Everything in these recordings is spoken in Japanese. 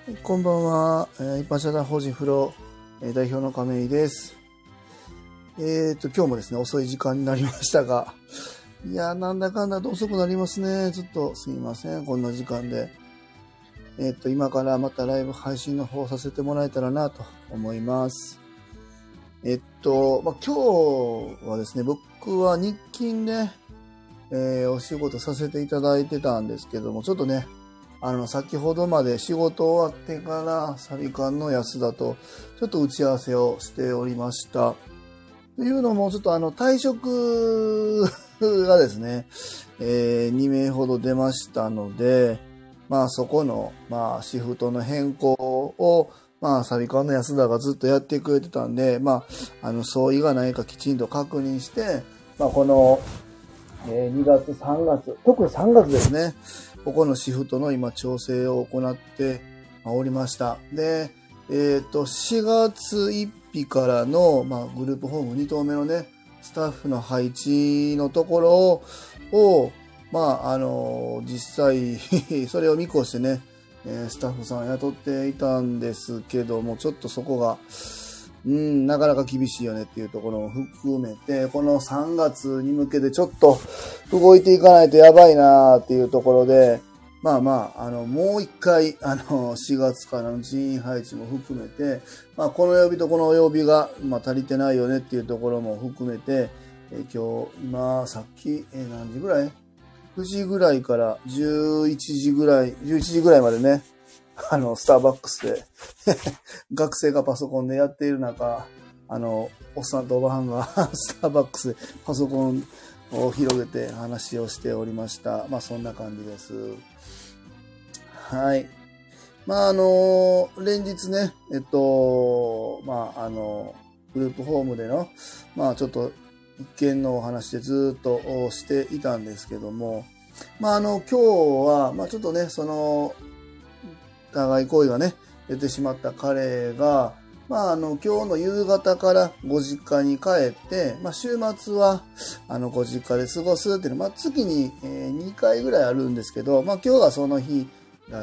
こんばんは。一般社団法人フロー、代表の亀井です。今日もですね、遅い時間になりましたが、いや、なんだかんだと遅くなりますね。ちょっとすみません。こんな時間で。今からまたライブ配信の方させてもらえたらなと思います。今日はですね、僕は日勤で、お仕事させていただいてたんですけども、ちょっとね、先ほどまで仕事終わってからサビ館の安田とちょっと打ち合わせをしておりました。というのも、ちょっと退職がですね、2名ほど出ましたので、そこの、シフトの変更を、サビ館の安田がずっとやってくれてたんで、相違がないかきちんと確認して、この、2月、3月、特に3月ですね。ここのシフトの今調整を行っておりました。で、4月1日からの、グループホーム2棟目のね、スタッフの配置のところを、実際それを見越してね、スタッフさん雇っていたんですけども、ちょっとそこが、なかなか厳しいよねっていうところも含めて、この3月に向けてちょっと動いていかないとやばいなーっていうところで、もう一回、4月からの人員配置も含めて、この曜日とこの曜日が、足りてないよねっていうところも含めて、今日、今、さっき、何時ぐらい ?9 時ぐらいから11時ぐらいまでね、スターバックスで学生がパソコンでやっている中、おっさんとおばはんがスターバックスでパソコンを広げて話をしておりました。そんな感じです。はい。連日ね、グループホームでの、ちょっと一件のお話でずっとしていたんですけども、今日は、ちょっとね、互い行為がね、出てしまった彼が、今日の夕方からご実家に帰って、週末は、ご実家で過ごすっていうのは、月に、2回ぐらいあるんですけど、今日がその日だって、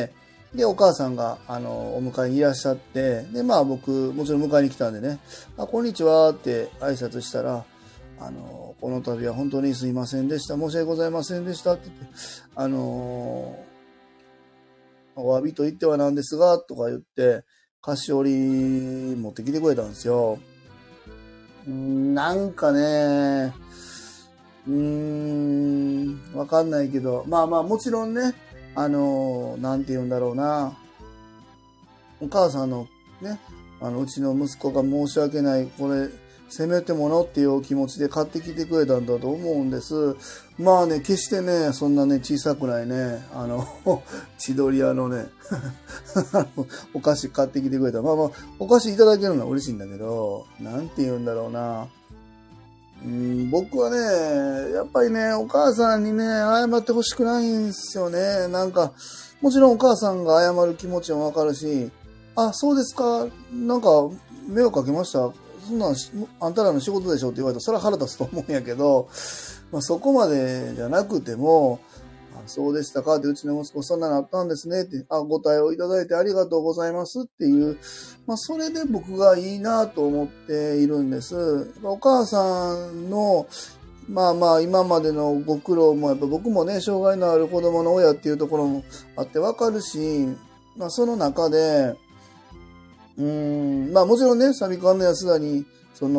で、お母さんが、お迎えにいらっしゃって、で、僕、もちろん迎えに来たんでね、こんにちはって挨拶したら、この度は本当にすいませんでした。申し訳ございませんでしたって言って、お詫びと言ってはなんですが、とか言って、菓子折り持ってきてくれたんですよ。なんかね、わかんないけど、もちろんね、なんて言うんだろうな。お母さんのね、うちの息子が申し訳ない、これ、せめてものっていうお気持ちで買ってきてくれたんだと思うんです。決してね、そんなね、小さくないね、千鳥屋のね、お菓子買ってきてくれた。お菓子いただけるのは嬉しいんだけど、なんて言うんだろうな。僕はね、やっぱりね、お母さんにね、謝ってほしくないんですよね。もちろんお母さんが謝る気持ちはわかるし、そうですか、迷惑かけました。そんなんあんたらの仕事でしょって言われたら、それは腹立つと思うんやけど、そこまでじゃなくても、そうでしたかって、うちの息子そんなのあったんですねって、ご対応いただいてありがとうございますっていう、それで僕がいいなと思っているんです。お母さんの、今までのご苦労も、やっぱ僕もね、障害のある子供の親っていうところもあってわかるし、その中で、もちろんね、サビ館の安田に、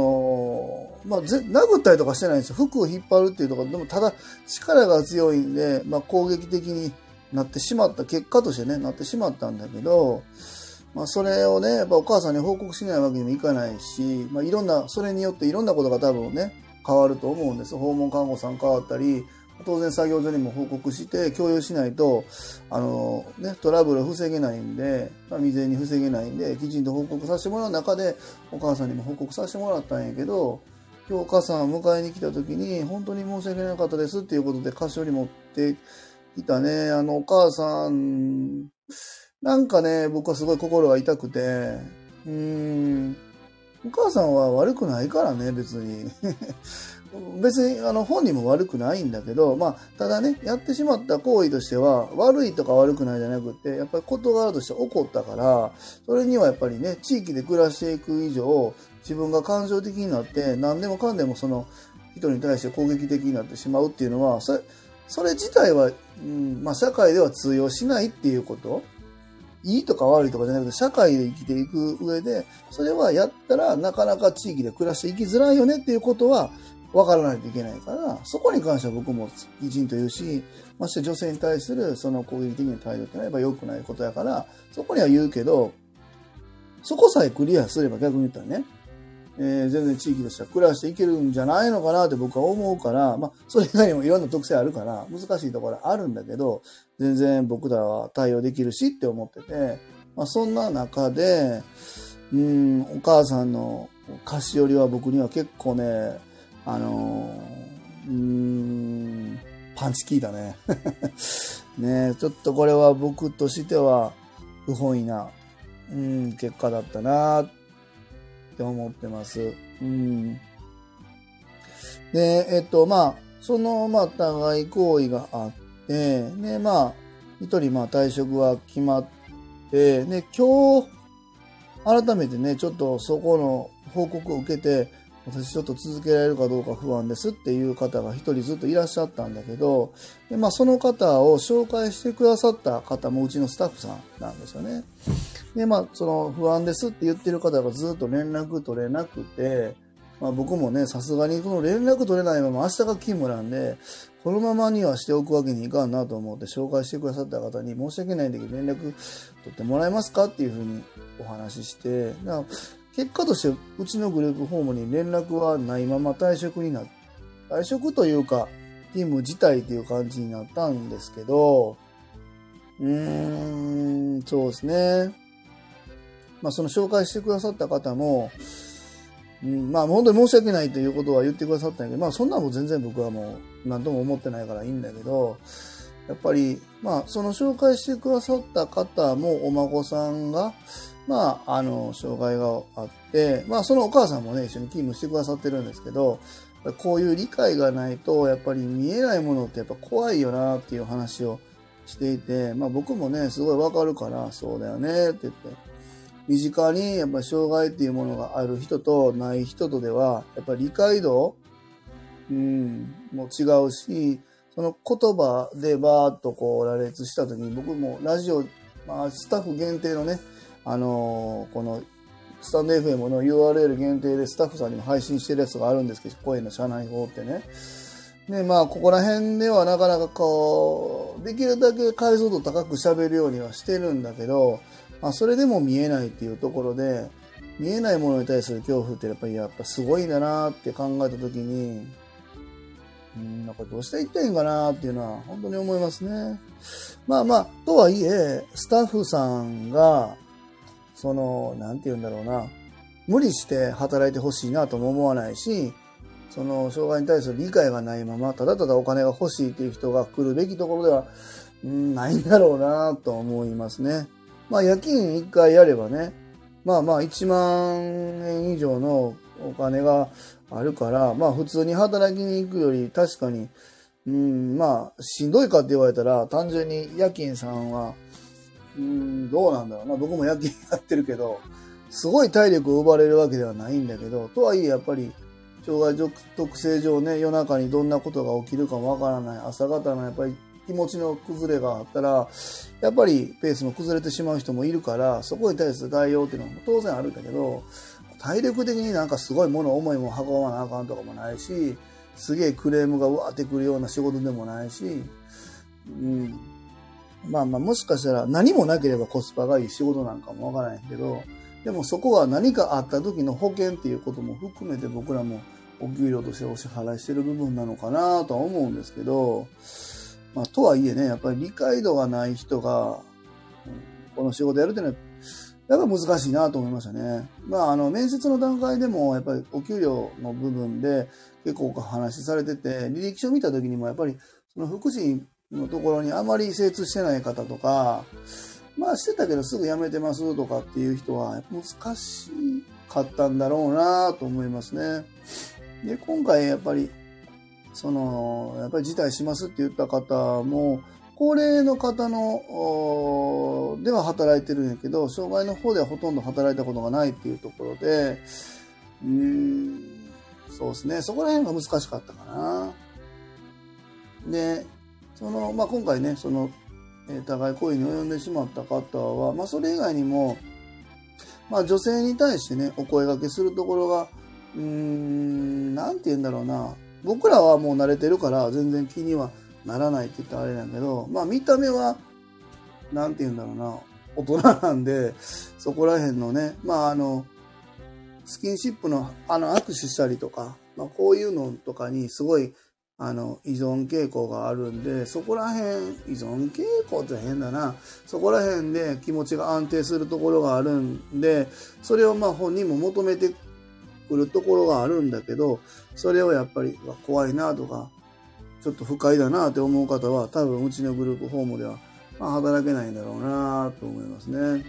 殴ったりとかしてないんですよ。服を引っ張るっていうところでも、ただ力が強いんで、攻撃的になってしまった、結果としてね、なってしまったんだけど、それをね、やっぱお母さんに報告しないわけにもいかないし、それによっていろんなことが多分ね、変わると思うんです。訪問看護さん変わったり、当然作業所にも報告して共有しないと、トラブルを防げないんで、未然に防げないんで、きちんと報告させてもらう中で、お母さんにも報告させてもらったんやけど、今日お母さんを迎えに来た時に、本当に申し訳なかったですっていうことで菓子折り持ってきたね。お母さん、僕はすごい心が痛くて、お母さんは悪くないからね、別に。 別に本人も悪くないんだけど、まあ、ただね、やってしまった行為としては、悪いとか悪くないじゃなくて、やっぱり事柄として起こったから、それにはやっぱりね、地域で暮らしていく以上、自分が感情的になって、何でもかんでもその人に対して攻撃的になってしまうっていうのは、それ自体は、まあ、社会では通用しないっていうこと。いいとか悪いとかじゃなくて、社会で生きていく上で、それはやったらなかなか地域で暮らしていきづらいよねっていうことは分からないといけないから、そこに関しては僕もきちんと言うし、まして女性に対するその攻撃的な態度ってのはやっぱ良くないことやから、そこには言うけど、そこさえクリアすれば逆に言ったらね、全然地域としては暮らしていけるんじゃないのかなって僕は思うから、まあ、それ以外にもいろんな特性あるから、難しいところあるんだけど、全然僕らは対応できるしって思ってて、まあ、そんな中で、お母さんの菓子折りは僕には結構ね、パンチ効いたね。ね、ちょっとこれは僕としては不本意な、結果だったなって思ってます。で、まあ、その、まあ、互い行為があって、ね、まあ、一人、まあ、退職は決まって、ね、今日、改めてね、ちょっとそこの報告を受けて、私ちょっと続けられるかどうか不安ですっていう方が一人ずっといらっしゃったんだけど、でまあ、その方を紹介してくださった方もうちのスタッフさんなんですよね。で、まあ、その不安ですって言ってる方がずっと連絡取れなくて、まあ、僕もね、さすがにこの連絡取れないまま明日が勤務なんで、このままにはしておくわけにいかんなと思って紹介してくださった方に申し訳ないんだけど連絡取ってもらえますかっていうふうにお話しして、結果としてうちのグループホームに連絡はないまま退職というか、勤務自体っていう感じになったんですけど、そうですね。まあその紹介してくださった方も、まあ本当に申し訳ないということは言ってくださったんやけど、まあそんなも全然僕はもう何とも思ってないからいいんだけど、やっぱり、まあその紹介してくださった方もお孫さんが、まあ障害があって、まあそのお母さんもね、一緒に勤務してくださってるんですけど、こういう理解がないと、やっぱり見えないものってやっぱ怖いよなっていう話をしていて、まあ僕もね、すごいわかるから、そうだよねって言って、身近にやっぱり障害っていうものがある人とない人とでは、やっぱり理解度、も違うし、その言葉でバーッとこう羅列した時に、僕もラジオ、まあスタッフ限定のね、このスタンド FM の URL 限定でスタッフさんにも配信してるやつがあるんですけど、声の社内法ってね。で、まあ、ここら辺ではなかなかこう、できるだけ解像度高く喋るようにはしてるんだけど、まあ、それでも見えないっていうところで、見えないものに対する恐怖ってやっぱすごいんだなって考えたときに、なんかどうしていったらいいんかなっていうのは本当に思いますね。まあまあ、とはいえ、スタッフさんが、なんて言うんだろうな、無理して働いてほしいなとも思わないし、障害に対する理解がないまま、ただただお金が欲しいっていう人が来るべきところでは、ないんだろうなと思いますね。まあ、夜勤1回やればね、まあまあ、1万円以上のお金があるから、まあ、普通に働きに行くより、確かに、まあ、しんどいかって言われたら、単純に夜勤さんは、どうなんだろうな。僕も夜勤やってるけど、すごい体力を奪われるわけではないんだけど、とはいえやっぱり、障害特性上ね、夜中にどんなことが起きるかもわからない。朝方のやっぱり気持ちの崩れがあったら、やっぱりペースも崩れてしまう人もいるから、そこに対する対応っていうのも当然あるんだけど、体力的になんかすごい重いもの運ばなあかんとかもないし、すげえクレームがうわーってくるような仕事でもないし、まあまあもしかしたら何もなければコスパがいい仕事なんかもわからないけど、でもそこは何かあった時の保険っていうことも含めて僕らもお給料としてお支払いしてる部分なのかなとは思うんですけど、まあとはいえね、やっぱり理解度がない人が、この仕事やるっていうのはやっぱ難しいなと思いましたね。まあ面接の段階でもやっぱりお給料の部分で結構お話しされてて、履歴書見た時にもやっぱりその福祉のところにあまり精通してない方とか、まあしてたけどすぐ辞めてますとかっていう人は難しかったんだろうなと思いますね。で、今回やっぱりやっぱり辞退しますって言った方も、高齢の方の、では働いてるんやけど、障害の方ではほとんど働いたことがないっていうところで、そうですね。そこら辺が難しかったかな。で、今回ね、互い恋に及んでしまった方は、それ以外にも、女性に対してね、お声掛けするところが、なんて言うんだろうな。僕らはもう慣れてるから全然気にはならないって言ったらあれなんだけど、見た目は、なんて言うんだろうな。大人なんで、そこら辺のね、スキンシップの、握手したりとか、こういうのとかにすごい、依存傾向があるんで、そこら辺、依存傾向って変だな。そこら辺で気持ちが安定するところがあるんで、それを本人も求めてくるところがあるんだけど、それをやっぱり怖いなとか、ちょっと不快だなって思う方は、多分うちのグループホームでは、働けないんだろうなと思いますね。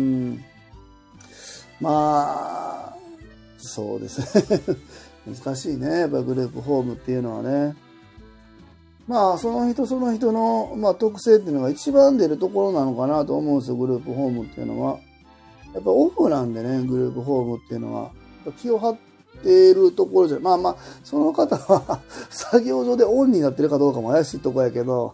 そうですね。難しいね。やっぱグループホームっていうのはね。その人その人の、特性っていうのが一番出るところなのかなと思うんですよ、グループホームっていうのは。やっぱオフなんでね、グループホームっていうのは。気を張っているところじゃ、その方は作業上でオンになってるかどうかも怪しいとこやけど、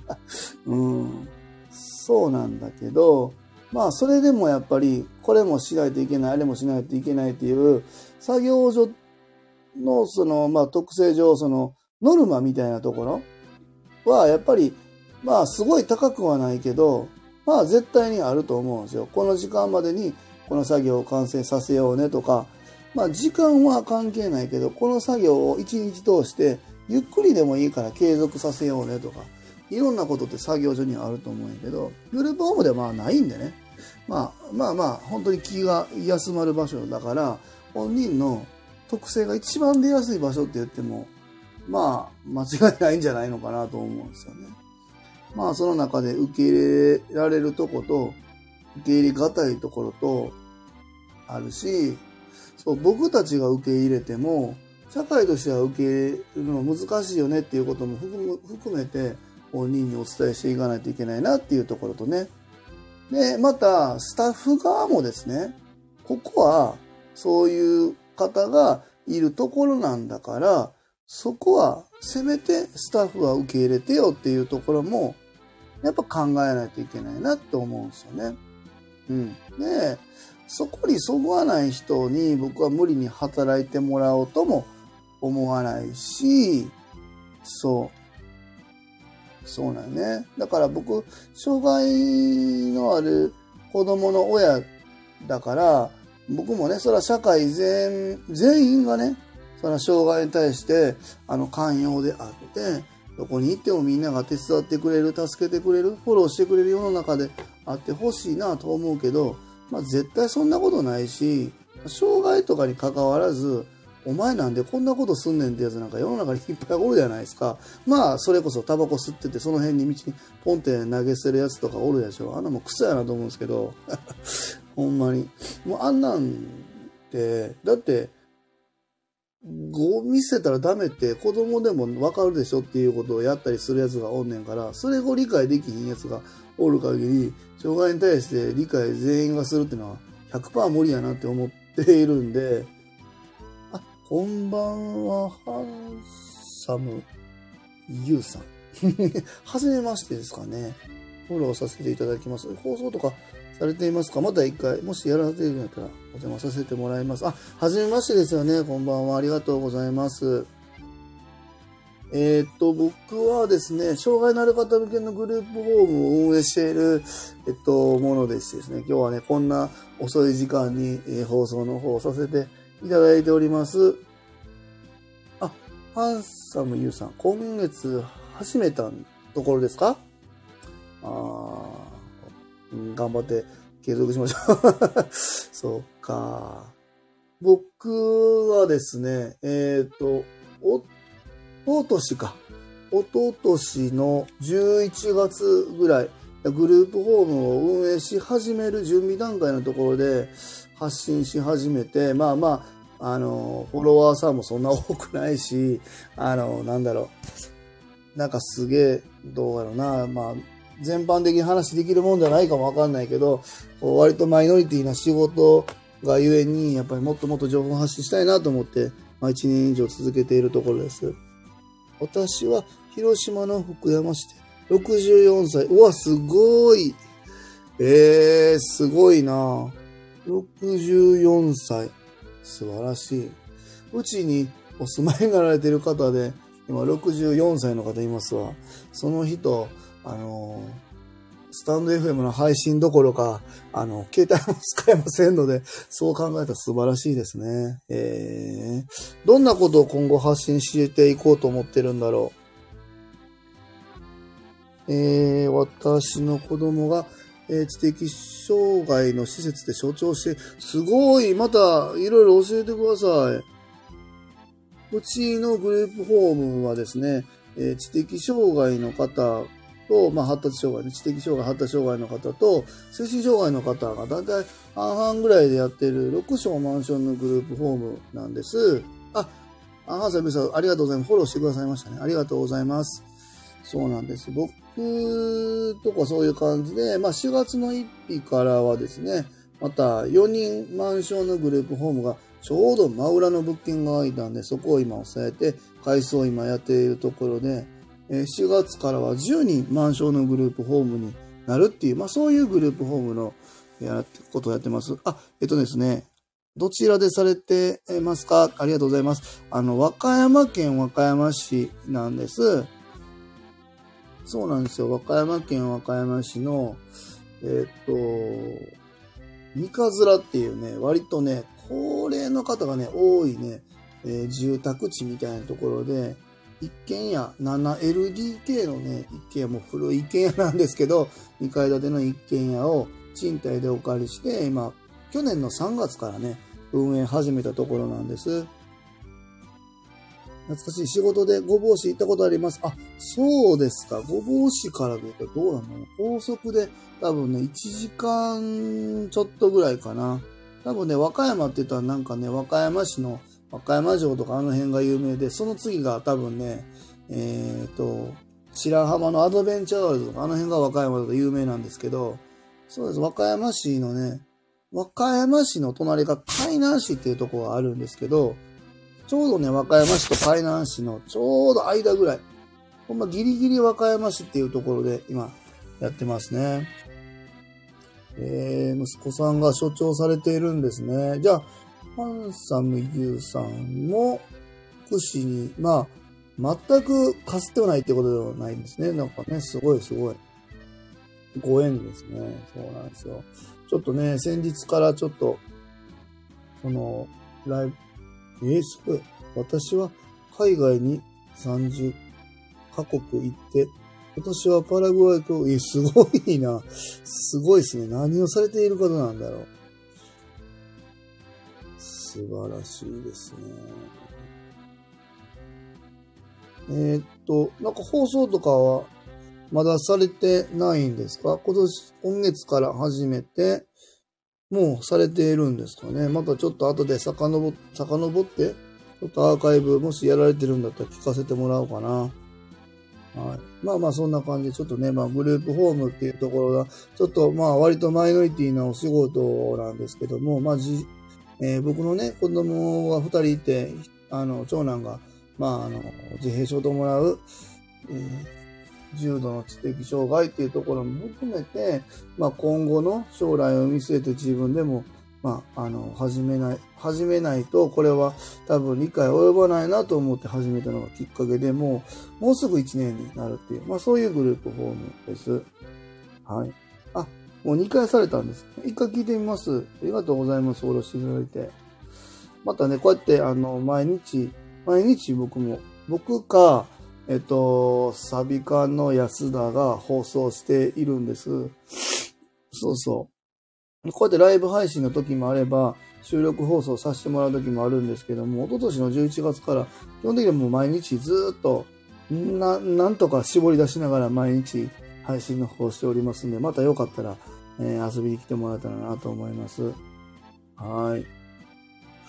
そうなんだけど、それでもやっぱり、これもしないといけない、あれもしないといけないっていう、作業上の、特性上、ノルマみたいなところは、やっぱり、すごい高くはないけど、絶対にあると思うんですよ。この時間までに、この作業を完成させようねとか、時間は関係ないけど、この作業を一日通して、ゆっくりでもいいから継続させようねとか、いろんなことって作業所にはあると思うんやけど、グループホームではないんでね。本当に気が休まる場所だから、本人の特性が一番出やすい場所って言っても、間違いないんじゃないのかなと思うんですよね。その中で受け入れられるとこと、受け入れがたいところと、あるし、僕たちが受け入れても、社会としては受け入れるの難しいよねっていうことも含めて、本人にお伝えしていかないといけないなっていうところとね。で、また、スタッフ側もですね、ここは、そういう方がいるところなんだから、そこは、せめてスタッフは受け入れてよっていうところも、やっぱ考えないといけないなって思うんですよね。で、そこにそぐわない人に僕は無理に働いてもらおうとも思わないし、そうなんよね。だから僕、障害のある子供の親だから、僕もね、それは社会全員がね、その障害に対して、寛容であって、どこに行ってもみんなが手伝ってくれる、助けてくれる、フォローしてくれる世の中であってほしいなと思うけど、絶対そんなことないし、障害とかに関わらず、お前なんでこんなことすんねんってやつなんか世の中にいっぱいおるじゃないですか。それこそタバコ吸っててその辺に道にポンって投げ捨てるやつとかおるでしょ。あんなもんクソやなと思うんですけど。ほんまに。もうあんなんて、だって、ゴミ捨てたらダメって子供でもわかるでしょっていうことをやったりするやつがおんねんから、それを理解できひんやつがおる限り、障害に対して理解全員がするっていうのは 100% 無理やなって思っているんで、こんばんは、ハンサムユウさん。はじめましてですかね。フォローさせていただきます。放送とかされていますか？また一回、もしやられているんだったらお邪魔させてもらいます。はじめましてですよね。こんばんは。ありがとうございます。僕はですね、障害のある方向けのグループホームを運営している、ものでしてですね、今日はね、こんな遅い時間に、放送の方をさせていただいております。ハンサムユウさん、今月始めたところですか？頑張って継続しましょう。そうか。僕はですね、おとしの11月ぐらい、グループホームを運営し始める準備段階のところで発信し始めて、 フォロワーさんもそんな多くないし、なんだろう。なんかすげえ、どうやろうな。まあ、全般的に話できるもんじゃないかもわかんないけど、割とマイノリティな仕事がゆえに、やっぱりもっともっと情報発信したいなと思って、まあ、1年以上続けているところです。私は広島の福山市で64歳。うわ、すごい。すごいな。64歳。素晴らしい。うちにお住まいになられている方で、今64歳の方いますわ。その人、スタンド FM の配信どころか、携帯も使えませんので、そう考えたら素晴らしいですね。どんなことを今後発信していこうと思ってるんだろう。私の子供が、知的障害の施設で所長して、すごい、またいろいろ教えてください。うちのグループホームはですね、知的障害の方と、まあ、発達障害ね、知的障害、発達障害の方と、精神障害の方がだいたい半々ぐらいでやっている6床マンションのグループホームなんです。ハンさん、さん、ありがとうございます。フォローしてくださいましたね。ありがとうございます。そうなんです。僕とかそういう感じで、まあ、4月の1日からはですね、また4人マンションのグループホームがちょうど真裏の物件が空いたんで、そこを今押さえて、改装を今やっているところで、4月からは10人マンションのグループホームになるっていう、まあそういうグループホームのことをやってます。ですね、どちらでされてますか？ありがとうございます。和歌山県和歌山市なんです。そうなんですよ。和歌山県和歌山市の、三日面っていうね、割とね、高齢の方がね、多いね、住宅地みたいなところで、一軒家、7LDK のね、一軒家、もう古い一軒家なんですけど、2階建ての一軒家を賃貸でお借りして、今、去年の3月からね、運営始めたところなんです。懐かしい。仕事で御坊市行ったことあります。あ、そうですか。御坊市から見るとどうなの？高速で多分ね、1時間ちょっとぐらいかな。多分ね、和歌山って言ったらなんかね、和歌山市の和歌山城とかあの辺が有名で、その次が多分ね、白浜のアドベンチャーワールドとかあの辺が和歌山だと有名なんですけど、そうです。和歌山市のね、和歌山市の隣が海南市っていうところがあるんですけど、ちょうどね、和歌山市と海南市のちょうど間ぐらい。ほんまギリギリ和歌山市っていうところで今やってますね。息子さんが所長されているんですね。じゃあ、ハンサムユーさんも福祉に、まあ、全くかすってはないってことではないんですね。なんかね、すごいすごい。ご縁ですね。そうなんですよ。ちょっとね、先日からちょっと、ライブ、すごい。私は海外に30カ国行って、今年はパラグアイと、すごいな。すごいですね。何をされている方なんだろう。素晴らしいですね。なんか放送とかはまだされてないんですか？今月から始めて、もうされているんですかね。またちょっと後で遡って、ちょっとアーカイブもしやられてるんだったら聞かせてもらおうかな。はい。まあまあそんな感じで、ちょっとね、まあグループホームっていうところが、ちょっとまあ割とマイノリティなお仕事なんですけども、まあ僕のね、子供が2人いて、長男が、まあ自閉症ともらう、重度の知的障害っていうところも含めて、まあ今後の将来を見据えて自分でも、まあ、始めないと、これは多分理解及ばないなと思って始めたのがきっかけでもうすぐ1年になるっていう、まあそういうグループホームです。はい。あ、もう2回されたんです。1回聞いてみます。ありがとうございます。フォローしていただいて。またね、こうやって、毎日僕か、サビ館の安田が放送しているんです。そうそう。こうやってライブ配信の時もあれば、収録放送させてもらう時もあるんですけども、一昨年の11月から、基本的にはもう毎日ずっと、なんとか絞り出しながら毎日配信の方しておりますんで、またよかったら、遊びに来てもらえたらなと思います。はい。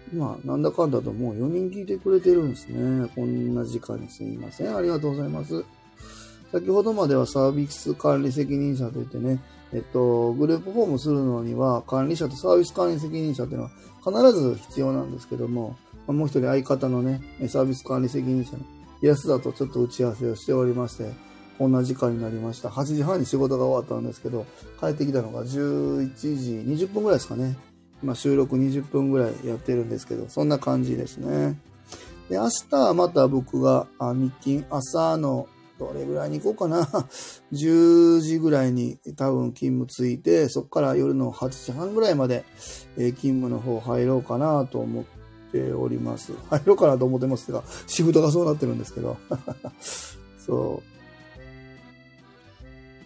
今、なんだかんだともう4人聞いてくれてるんですね。こんな時間にすみません。ありがとうございます。先ほどまではサービス管理責任者といってね、グループフォームするのには管理者とサービス管理責任者っていうのは必ず必要なんですけども、もう一人相方のね、サービス管理責任者の安田とちょっと打ち合わせをしておりまして、こんな時間になりました。8時半に仕事が終わったんですけど、帰ってきたのが11時20分ぐらいですかね。今収録20分ぐらいやってるんですけど、そんな感じですね。で、明日はまた僕が日勤朝のどれぐらいに行こうかな。10時ぐらいに多分勤務ついて、そこから夜の8時半ぐらいまで、勤務の方入ろうかなと思っております。入ろうかなと思ってますが、シフトがそうなってるんですけど。そう。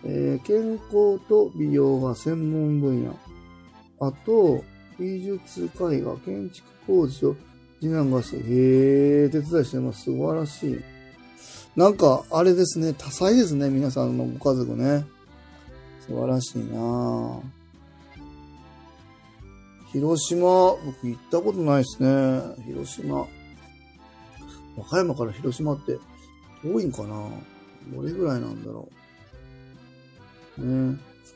健康と美容が専門分野。あと、美術絵画、建築工事を次男がして、手伝いしてます。素晴らしい。なんか、あれですね。多彩ですね。皆さんのご家族ね。素晴らしいなぁ。広島、僕行ったことないですね。広島。和歌山から広島って遠いんかな？どれぐらいなんだろう。ね。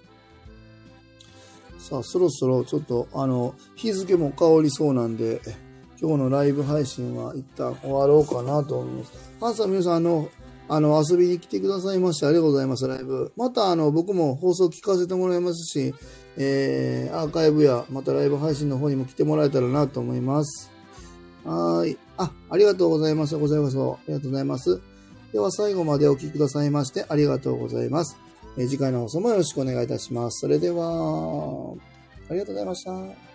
さあ、そろそろちょっと、日付も変わりそうなんで、今日のライブ配信は一旦終わろうかなと思います。ハンさん、皆さん、遊びに来てくださいましてありがとうございます、ライブ。また、僕も放送聞かせてもらいますし、アーカイブや、またライブ配信の方にも来てもらえたらなと思います。はい。ありがとうございます。ございます。ありがとうございます。では、最後までお聞きくださいましてありがとうございます。次回の放送もよろしくお願いいたします。それでは、ありがとうございました。